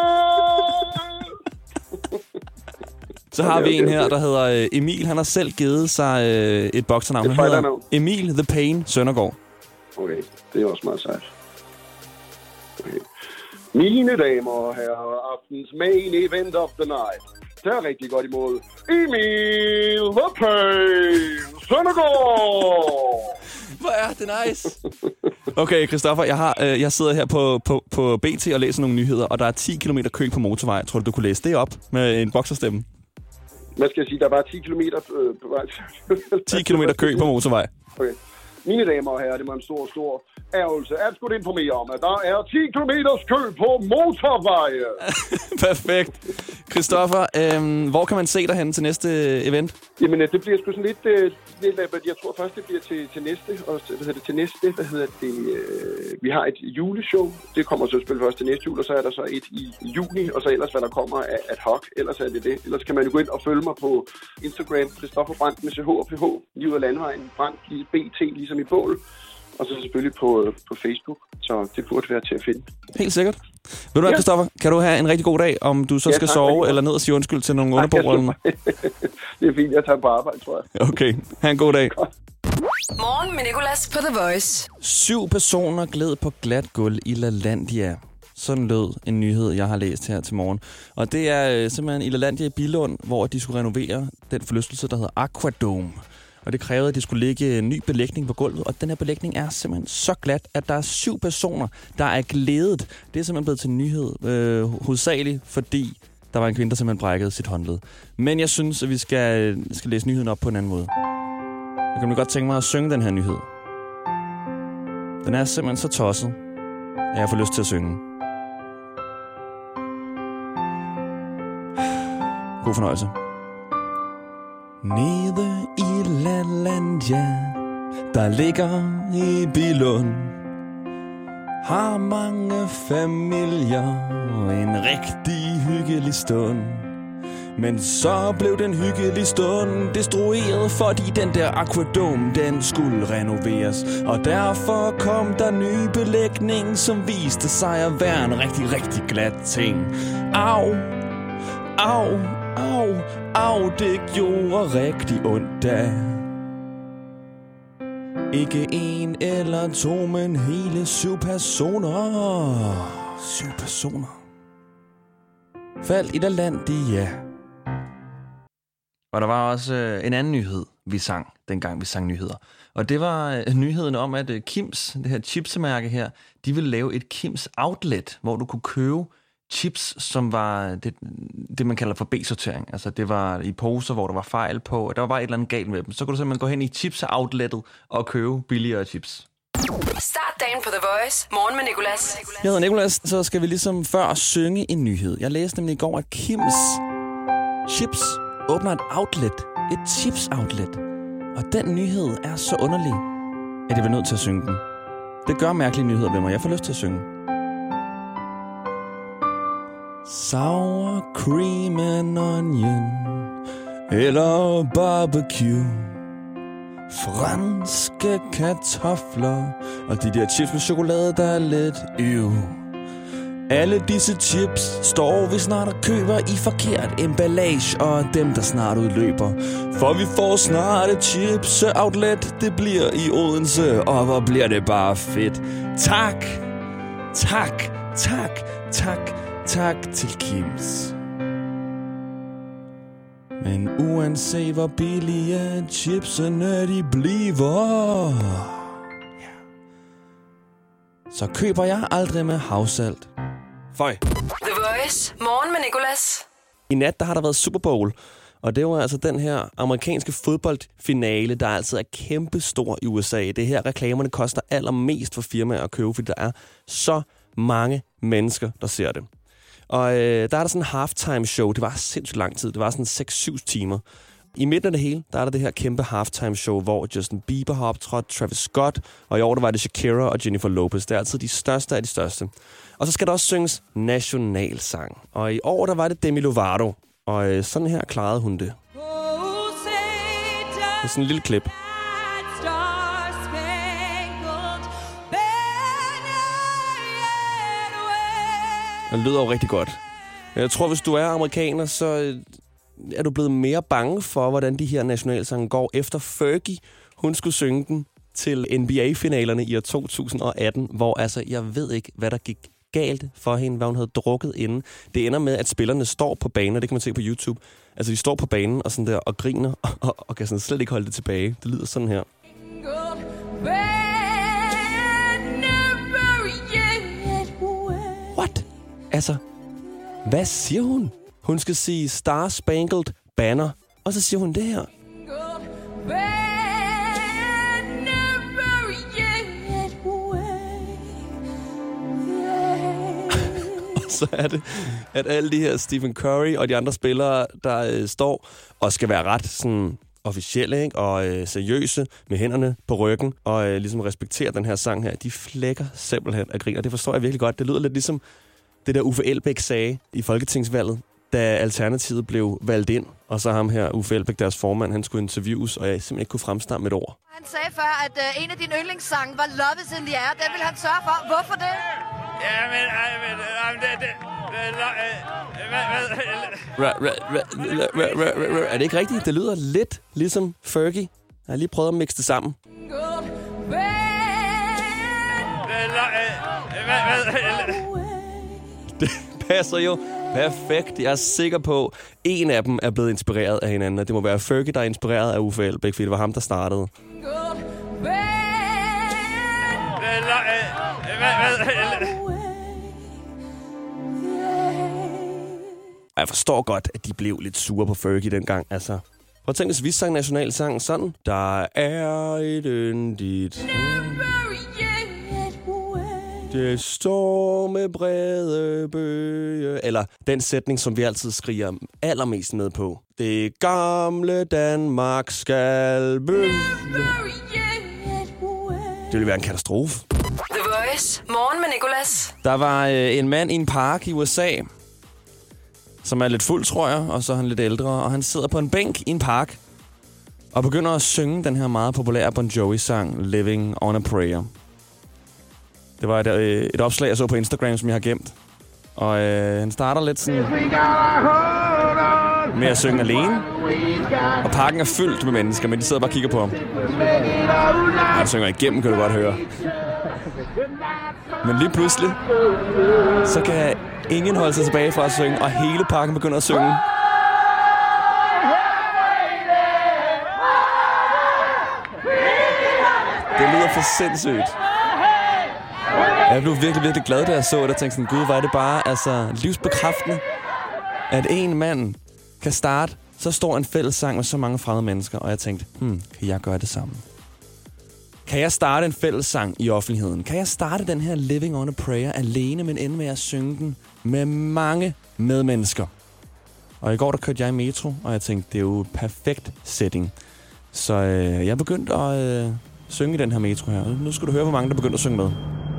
Så har okay, vi en her, der hedder Emil. Han har selv givet sig øh, et boksernavn. Han hedder Emil The Pain Søndergaard. Okay, det er også meget sejt. Okay. Mine damer og herrer, aftens main event of the night. Det er rigtig godt imod Emil The Pain Søndergaard. Hvor er det nice. Okay, Christoffer, jeg, har, øh, jeg sidder her på, på, på B T og læser nogle nyheder, og der er ti kilometer kø på motorvej. Tror du, du kunne læse det op med en bokserstemme? Hvad skal jeg sige? Der er bare ti kilometer øh, på vej. ti kilometer kø på motorvej. Okay. Mine damer og herrer, det var en stor, stor ærgelse at skulle informere om, at der er ti kilometers kø på motorveje. Perfekt. Christoffer, øhm, hvor kan man se dig henne til næste event? Jamen, det bliver sgu sådan lidt, øh, lidt... Jeg tror først, det bliver til, til næste. Og hvad hedder det til næste? Hvad hedder det? Øh, vi har et juleshow. Det kommer så at spille først til næste jul, og så er der så et i juni, og så ellers, hvad der kommer af ad hoc. Ellers er det det. Ellers kan man jo gå ind og følge mig på Instagram. Christoffer Brandt med C H og P H. Livet af landvejen. Brandt i B T, ligesom i bål. Og så selvfølgelig på, på Facebook, så det burde være til at finde. Helt sikkert. Ved du hvad, Christoffer? Kan du have en rigtig god dag, om du så ja, skal tak, sove eller ned og sige undskyld til nogle underbord? Det er fint, jeg tager på arbejde, tror jeg. Okay, ha' en god dag. Morgen med Nicolas på The Voice. Syv personer gled på glat gulv i LaLandia. Sådan lød en nyhed, jeg har læst her til morgen. Og det er simpelthen i LaLandia i Billund, hvor de skulle renovere den forlystelse, der hedder Aquadome. Og det krævede, at de skulle lægge en ny belægning på gulvet. Og den her belægning er simpelthen så glat, at der er syv personer, der er glædet. Det er simpelthen blevet til en nyhed, øh, hovedsageligt fordi der var en kvinde, der simpelthen brækkede sit håndled. Men jeg synes, at vi skal, skal læse nyheden op på en anden måde. Jeg kan godt tænke mig at synge den her nyhed. Den er simpelthen så tosset, at jeg får lyst til at synge. God fornøjelse. Nede i LaLandia, der ligger i Billund, har mange familier en rigtig hyggelig stund. Men så blev den hyggelige stund destrueret, fordi den der Aquadome, den skulle renoveres. Og derfor kom der ny belægning, som viste sig at være en rigtig, rigtig glat ting. Au, au, au, au, det gjorde rigtig ondt da. Ikke en eller to, men hele syv personer. Syv personer. Faldt i LaLandia. Og der var også øh, en anden nyhed, vi sang, dengang vi sang nyheder. Og det var øh, nyheden om, at øh, Kims, det her chipsemærke her, de ville lave et Kims Outlet, hvor du kunne købe chips, som var det, det man kalder for B-sortering. Altså det var i poser, hvor der var fejl på, og der var bare et eller andet galt med dem. Så kunne du simpelthen gå hen i chips-outlettet og købe billigere chips. Start dagen på The Voice. Morgen med Nicolas. Jeg hedder Nicolas, så skal vi ligesom før synge en nyhed. Jeg læste nemlig i går, at Kims Chips åbner et outlet. Et chips-outlet. Og den nyhed er så underlig, at jeg bliver nødt til at synge den. Det gør mærkelige nyheder ved mig. Jeg får lyst til at synge. Sour cream and onion eller barbecue, franske kartofler og de der chips med chokolade, der er lidt øv. Alle disse chips står vi snart og køber i forkert emballage, og dem der snart udløber. For vi får snart et chips outlet, det bliver i Odense, og hvor bliver det bare fedt. Tak, tak, tak, tak, tak til Kims. Men uanset hvor billige chipsene de bliver, så køber jeg aldrig med havsalt. Føj. The Voice. Morgen med Nicolas. I nat der har der været Super Bowl, og det var altså den her amerikanske fodboldfinale, der altid er kæmpestor i U S A. Det her reklamerne koster allermest for firmaer at købe, fordi der er så mange mennesker, der ser det. Og øh, der er der sådan en halftime show. Det var sindssygt lang tid. Det var sådan seks syv timer. I midten af det hele, der er der det her kæmpe halftime show, hvor Justin Bieber har optrådt, Travis Scott, og i år der var det Shakira og Jennifer Lopez. Det er altid de største af de største. Og så skal der også synges nationalsang. Og i år der var det Demi Lovato. Og øh, sådan her klarede hun det. Det er sådan en lille klip. Det lyder jo rigtig godt. Jeg tror, hvis du er amerikaner, så er du blevet mere bange for, hvordan de her nationalsange går. Efter Fergie, hun skulle synge den til N B A-finalerne i år to tusind og atten, hvor altså, jeg ved ikke, hvad der gik galt for hende, hvad hun havde drukket inden. Det ender med, at spillerne står på banen, og det kan man se på YouTube. Altså, de står på banen og, sådan der, og griner, og, og, og kan sådan slet ikke holde det tilbage. Det lyder sådan her. What? Altså, hvad siger hun? Hun skal sige Star Spangled Banner, og så siger hun det her. Og så er det, at alle de her Stephen Curry og de andre spillere, der øh, står og skal være ret sådan officielle, ikke? Og øh, seriøse med hænderne på ryggen og øh, ligesom respektere den her sang her, de flækker simpelthen af grin, og det forstår jeg virkelig godt. Det lyder lidt ligesom det der Uffe Elbæk sagde i folketingsvalget, da Alternativet blev valgt ind, og så ham her, Uffe Elbæk, deres formand, han skulle interviews, og jeg simpelthen ikke kunne fremstamme et ord. Han sagde før, at uh, en af dine yndlingssange var Love is in the air. Den vil han sørge for. Hvorfor det? Ja, men... Er det ikke rigtigt? Det lyder lidt ligesom Fergie. Jeg har lige prøvet at mixe det sammen. Det passer jo perfekt. Jeg er sikker på, at en af dem er blevet inspireret af hinanden, og det må være Fergie, der er inspireret af Uffe Elbæk, fordi det var ham, der startede. Jeg forstår godt, at de blev lidt sure på Fergie dengang. Altså, prøv at tænke, hvis vi sang nationalsangen sådan. Der er et yndigt... Det står med brede bøge. Eller den sætning, som vi altid skriger allermest ned på. Det gamle Danmark skal bøge. Det ville være en katastrofe. The Voice. Morgen med Nicolas. Der var øh, en mand i en park i U S A, som er lidt fuld, tror jeg, og så er han lidt ældre. Og han sidder på en bænk i en park og begynder at synge den her meget populære Bon Jovi-sang Living on a Prayer. Det var et, øh, et opslag, jeg så på Instagram, som jeg har gemt. Og øh, han starter lidt sådan med at synge alene. Og parken er fyldt med mennesker, men de sidder bare og kigger på ham. Han synger igennem, kan du godt høre. Men lige pludselig, så kan ingen holde sig tilbage fra at synge, og hele parken begynder at synge. Det lyder for sindssygt. Jeg blev virkelig, virkelig glad, da jeg så det, og tænkte sådan, gud, hvor er det bare altså, livsbekræftende, at en mand kan starte så stor en fællessang med så mange fremmede mennesker. Og jeg tænkte, hmm, kan jeg gøre det samme? Kan jeg starte en fællessang i offentligheden? Kan jeg starte den her Living on a Prayer alene, men ende med at synge den med mange medmennesker? Og i går, der kørte jeg i metro, og jeg tænkte, det er jo et perfekt setting. Så øh, jeg begyndte at øh, synge i den her metro her. Nu skal du høre, hvor mange der begyndte at synge med.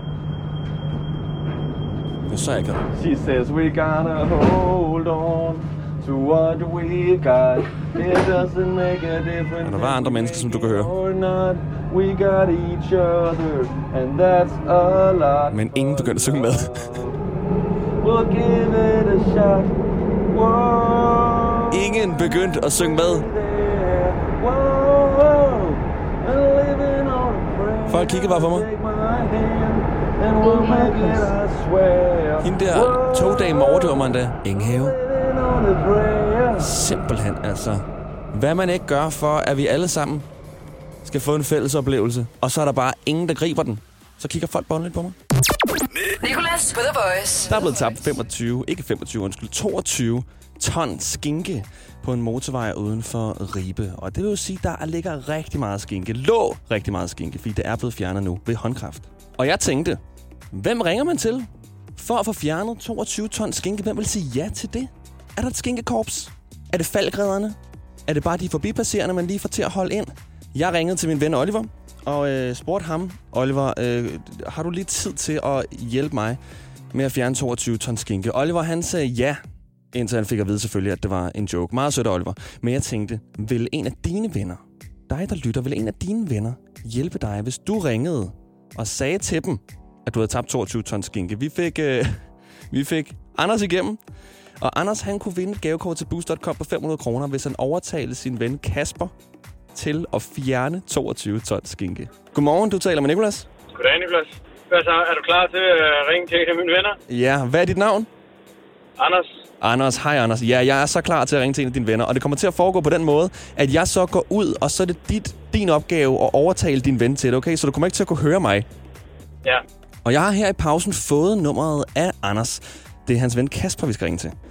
Det er så jeg kan. She says we gotta hold on to what we got. It doesn't make a difference. Og der var andre mennesker, som du kan høre. We got each other, and that's a lot. Men ingen begyndte at synge med. We'll give it a shot. Whoa. Ingen begyndte at synge med. Folk kiggede bare på mig. Hende der togdame overdøver mig endda. Ingenhave. Simpelthen altså. Hvad man ikke gør for, at vi alle sammen skal få en fælles oplevelse. Og så er der bare ingen, der griber den. Så kigger folk bare lidt på mig. Nicolas på The Voice. Der er blevet tabt femogtyve, ikke femogtyve, undskyld, toogtyve ton skinke på en motorvej uden for Ribe. Og det vil jo sige, at der ligger rigtig meget skinke. Lå rigtig meget skinke, fordi det er blevet fjernet nu ved håndkraft. Og jeg tænkte, hvem ringer man til for at få fjernet toogtyve ton skinke? Hvem vil sige ja til det? Er der et skinkekorps? Er det falkredderne? Er det bare de forbipasserende, man lige får til at holde ind? Jeg ringede til min ven Oliver og øh, spurgte ham, Oliver, øh, har du lige tid til at hjælpe mig med at fjerne toogtyve ton skinke? Oliver, han sagde ja, indtil han fik at vide selvfølgelig, at det var en joke. Meget sødt, Oliver. Men jeg tænkte, vil en af dine venner, dig der lytter, vil en af dine venner hjælpe dig, hvis du ringede og sagde til dem, at du havde tabt toogtyve ton skinke? Vi fik, øh, vi fik Anders igennem. Og Anders, han kunne vinde et gavekort til boost punktum com på fem hundrede kroner, hvis han overtalte sin ven Kasper til at fjerne toogtyve ton skinke. Godmorgen, du taler med Nicolas. Goddag, Nicolas. Hvad så? Er du klar til at ringe til en af mine venner? Ja, hvad er dit navn? Anders. Anders, hej Anders. Ja, jeg er så klar til at ringe til en af dine venner, og det kommer til at foregå på den måde, at jeg så går ud, og så er det dit, din opgave at overtale din ven til det, okay? Så du kommer ikke til at kunne høre mig. Ja. Og jeg har her i pausen fået nummeret af Anders. Det er hans ven Kasper, vi skal ringe til.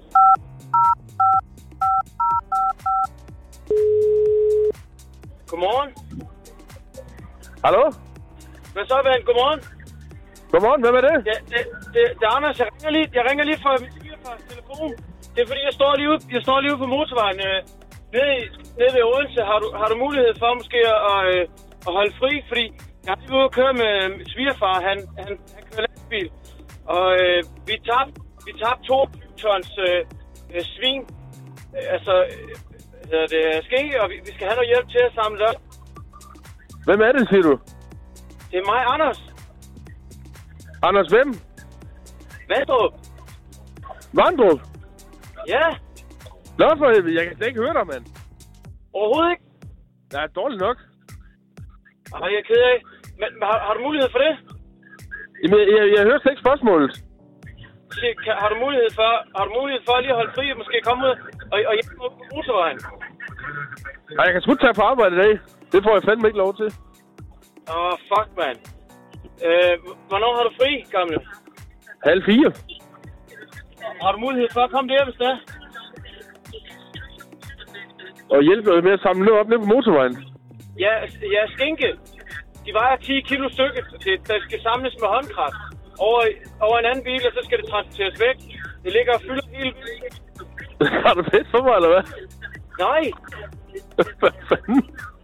Godmorgen. Hallo? Hvad så, ven? Godmorgen. Godmorgen, hvem er det? Ja, det, det, det er Anders. Jeg ringer lige, jeg ringer lige fra min svigerfars telefon. Det er fordi, jeg står lige ude, jeg står lige ude på motorvejen. Øh, nede, nede ved Odense. Har du, har du mulighed for måske at, øh, at holde fri? Fordi jeg har lige ude at køre med svigerfar. Han, han, han kører lastbil. Og øh, vi tabte vi tabte toogtyve tons øh, øh, svin. Øh, altså, øh, det er skinke, og vi, vi skal have noget hjælp til at samle det op. Hvem er det, siger du? Det er mig, Anders. Anders hvem? Vandrup. Vandrup? Ja. Nå for helvede, jeg kan slet ikke høre dig, mand. Overhovedet ikke? Det er dårligt nok. Ej, jeg er ked af. Men har, har du mulighed for det? Jamen, jeg, jeg, jeg hører slet ikke spørgsmålet. Kan, har du mulighed for, har du mulighed for at lige at holde fri og måske komme ud og, og hjælpe på motorvejen? Nej, jeg kan sgu tage på arbejde i dag. Det får jeg fandme ikke lov til. Åh, oh, fuck, mand. Øh, hvornår har du fri, gamle? Halv fire. Har du mulighed for at komme der, hvis det er? Og hjælpe med at samle noget op nede på motorvejen. Ja, ja, skinke. De vejer ti kilo stykket. Det, der skal samles med håndkraft. Over, over en anden bil, og så skal det transporteres væk. Det ligger og fylder hele bilen. Har du fedt for mig, eller hvad? Nej. Hvad fanden?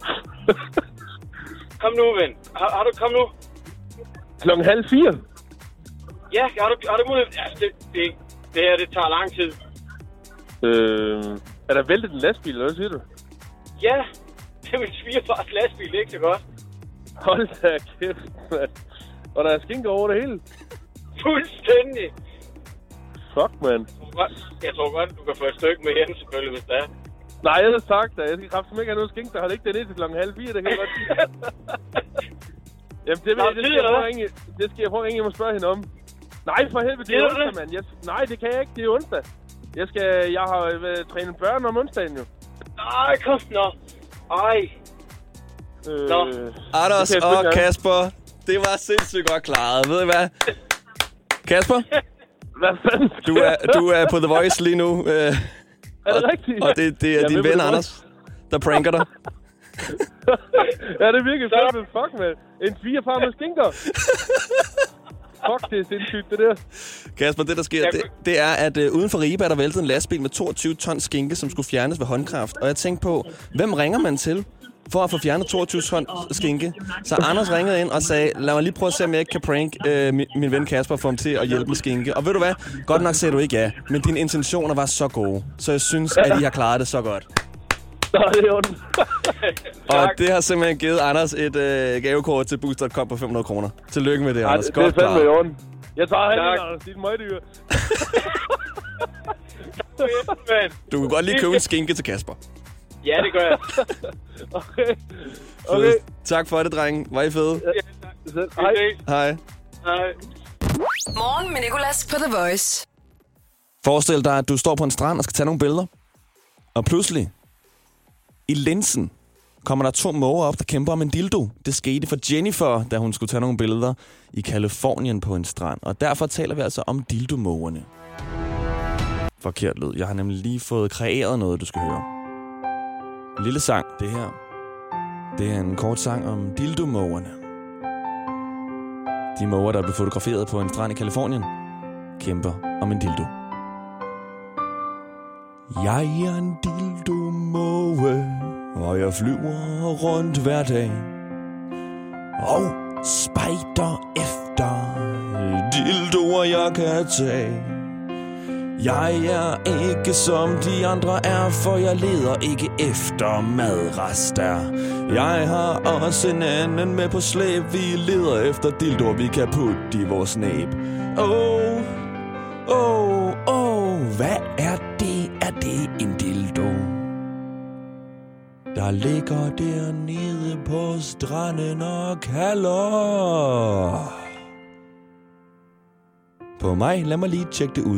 Kom nu, ven. Har, har du kom nu? Klokken halv fire? Ja, har du, har du mulighed? Ja, det, det, det her, det tager lang tid. Øh, er der væltet en lastbil, eller hvad siger du? Ja, det er min svigerfars lastbil, det er ikke så godt. Hold da kæft, mand. Og der er skinker over det hele. Fuldstændig. Fuck, mand. Jeg tror godt, du kan få et stykke med hjem, selvfølgelig, hvis det er. Nej, jeg har sagt det. Jeg skal kraftigt ikke have noget skink, der har det ikke det ned til klokken halv fire, det kan jeg godt sige. Jamen, det, Nå, det, det, skal jeg prøve ringe, det skal jeg prøve at ringe hjem og spørge hende om. Nej, for helvede, det er onsdag, mand. Jeg, nej, det kan jeg ikke, det er onsdag. Jeg skal, jeg har øh, trænet børn om onsdagen, jo. Nej, kom, nå. Ej. Øh, nå. Anders og Kasper, det var sindssygt godt klaret. Ved I hvad? Kasper? Hvad fanden? Du er, du er på The Voice lige nu. Øh, er det og, rigtigt? Og det, det er jeg din ven, Anders, der pranker dig. Ja, det virker fandme. Fuck, man. En firefar med skinker. Fuck, det er sindssygt, det der. Kasper, det der sker, det, det er, at uh, uden for Ribe er der væltet en lastbil med toogtyve ton skinke, som skulle fjernes ved håndkraft. Og jeg tænkte på, hvem ringer man til for at få fjernet toogtyve ton skinke? Så Anders ringede ind og sagde, lad mig lige prøve at se, om jeg ikke kan prank uh, min, min ven Kasper for ham til at hjælpe med skinke. Og ved du hvad? Godt nok sagde du ikke ja, men dine intentioner var så gode. Så jeg synes, at I har klaret det så godt. Nå, det er ondt. Og det har simpelthen givet Anders et øh, gavekort til boost punktum com på fem hundrede kroner. Tillykke med det, Ej, Anders. det, Godt det er fandme i orden. Jeg tager halvdelen, Anders. Det er meget dyr. Du kan godt lige købe en skinke til Kasper. Ja, det gør jeg. Okay. Okay. Tak for det, drenge. Var I fede? Ja. Hej. Hej. Hej. Morgen med Nicolas på The Voice. Forestil dig, at du står på en strand og skal tage nogle billeder. Og pludselig, i linsen, kommer der to måger op, der kæmper om en dildo. Det skete for Jennifer, da hun skulle tage nogle billeder i Californien på en strand. Og derfor taler vi altså om dildomågerne. Forkert lyd. Jeg har nemlig lige fået kreeret noget, du skal høre. En lille sang, det her. Det er en kort sang om dildomågerne. De måger, der blev fotograferet på en strand i Californien, kæmper om en dildo. Jeg er en dildomåge, og jeg flyver rundt hver dag og spejder efter dildoer, jeg kan tage. Jeg er ikke som de andre er, for jeg leder ikke efter madrester. Jeg har også en anden med på slæb. Vi leder efter dildoer, vi kan putte i vores næb. Åh, åh, åh, hvad er det? Er det en dildo? Der ligger dernede på stranden og kalder på mig. Lad mig lige tjekke det ud.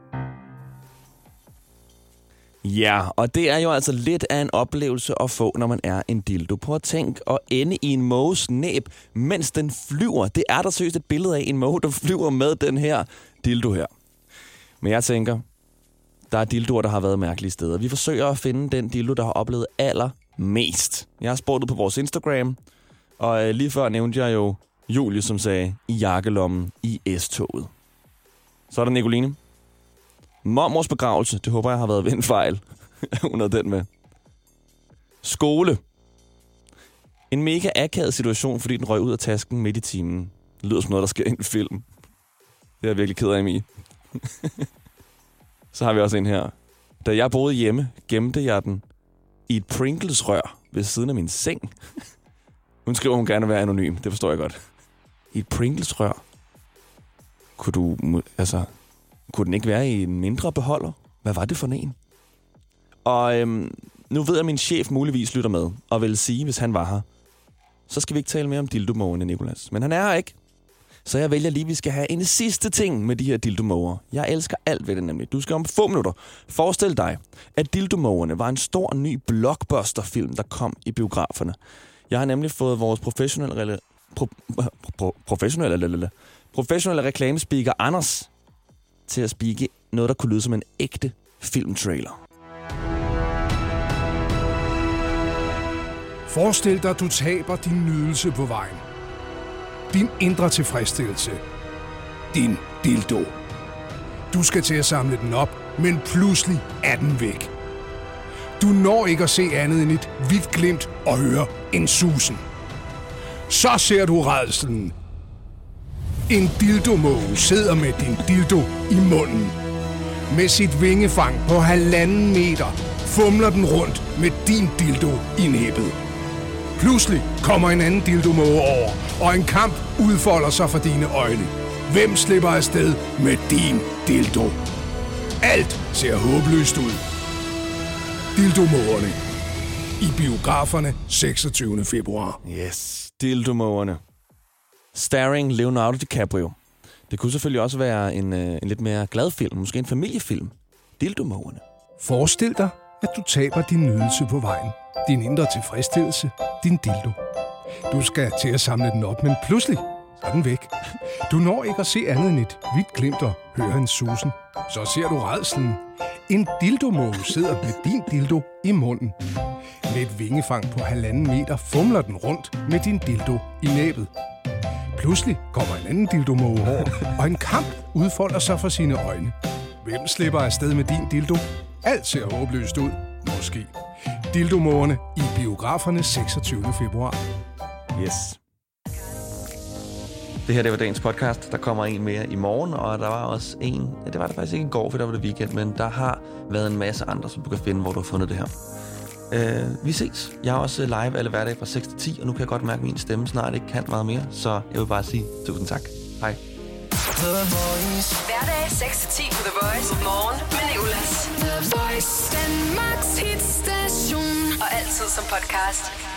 Ja, og det er jo altså lidt af en oplevelse at få, når man er en dildo. Prøv at tænk at ende i en måges næb, mens den flyver. Det er der seriøst et billede af en måge, der flyver med den her dildo her. Men jeg tænker, der er dildoer, der har været mærkelige steder. Vi forsøger at finde den dildo, der har oplevet allermest. Jeg har spurgt på vores Instagram, og lige før nævnte jeg jo Julie, som sagde, i jakkelommen i S-toget. Så er der Nicoline. Mormors begravelse, det håber jeg har været ved en fejl. Hun havde den med. Skole. En mega akavet situation, fordi den røg ud af tasken midt i timen. Det lyder som noget, der sker i en film. Det er jeg virkelig ked af, Emil. Så har vi også en her. Da jeg boede hjemme, gemte jeg den i et Pringles-rør ved siden af min seng. Hun skriver, hun gerne vil være anonym. Det forstår jeg godt. I et Pringles-rør? Kunne du... Altså... Kunne den ikke være i en mindre beholder? Hvad var det for en? Og øhm, nu ved jeg, at min chef muligvis lytter med, og vil sige, hvis han var her, så skal vi ikke tale mere om dildomågerne, Nicolas. Men han er her ikke. Så jeg vælger lige, at vi skal have en sidste ting med de her dildomåger. Jeg elsker alt ved det nemlig. Du skal om få minutter forestille dig, at dildomågerne var en stor ny blockbuster-film, der kom i biograferne. Jeg har nemlig fået vores professionelle, pro, pro, professionelle, professionelle reklamespeaker Anders til at speake noget, der kunne lyde som en ægte filmtrailer. Forestil dig, at du taber din nydelse på vejen. Din indre tilfredsstillelse. Din dildo. Du skal til at samle den op, men pludselig er den væk. Du når ikke at se andet end et hvidt glimt og høre en susen. Så ser du rædslen. En dildomåge sidder med din dildo i munden. Med sit vingefang på halvanden meter fumler den rundt med din dildo i næbbet. Pludselig kommer en anden dildomåge over, og en kamp udfolder sig for dine øjne. Hvem slipper afsted med din dildo? Alt ser håbløst ud. Dildomågerne. I biograferne seksogtyvende februar. Yes, dildomågerne. Starring Leonardo DiCaprio. Det kunne selvfølgelig også være en, øh, en lidt mere glad film, måske en familiefilm. Dildomågerne. Forestil dig, at du taber din nydelse på vejen. Din indre tilfredsstillelse. Din dildo. Du skal til at samle den op, men pludselig så er den væk. Du når ikke at se andet end et hvidt glimt og høre en susen. Så ser du rædslen. En dildomåge sidder med din dildo i munden. Med et vingefang på halvanden meter fumler den rundt med din dildo i næbet. Pludselig kommer en anden dildomåge over, og en kamp udfolder sig for sine øjne. Hvem slipper afsted med din dildo? Alt ser håbløst ud. Måske. Dildomågerne i biograferne seksogtyvende februar. Yes. Det her, det var dagens podcast. Der kommer en mere i morgen, og der var også en... Ja, det var der faktisk ikke i går, for der var det weekend, men der har været en masse andre, som du kan finde, hvor du har fundet det her. Uh, vi ses. Jeg er også live alle hverdage fra seks til ti, og nu kan jeg godt mærke, at min stemme snart ikke kan meget mere, så jeg vil bare sige tusind tak. Hej. The Voice. Hverdag seks til ti på The Voice. Morgen med Nicolas. The Voice. Danmarks hitstation. Og altid som podcast.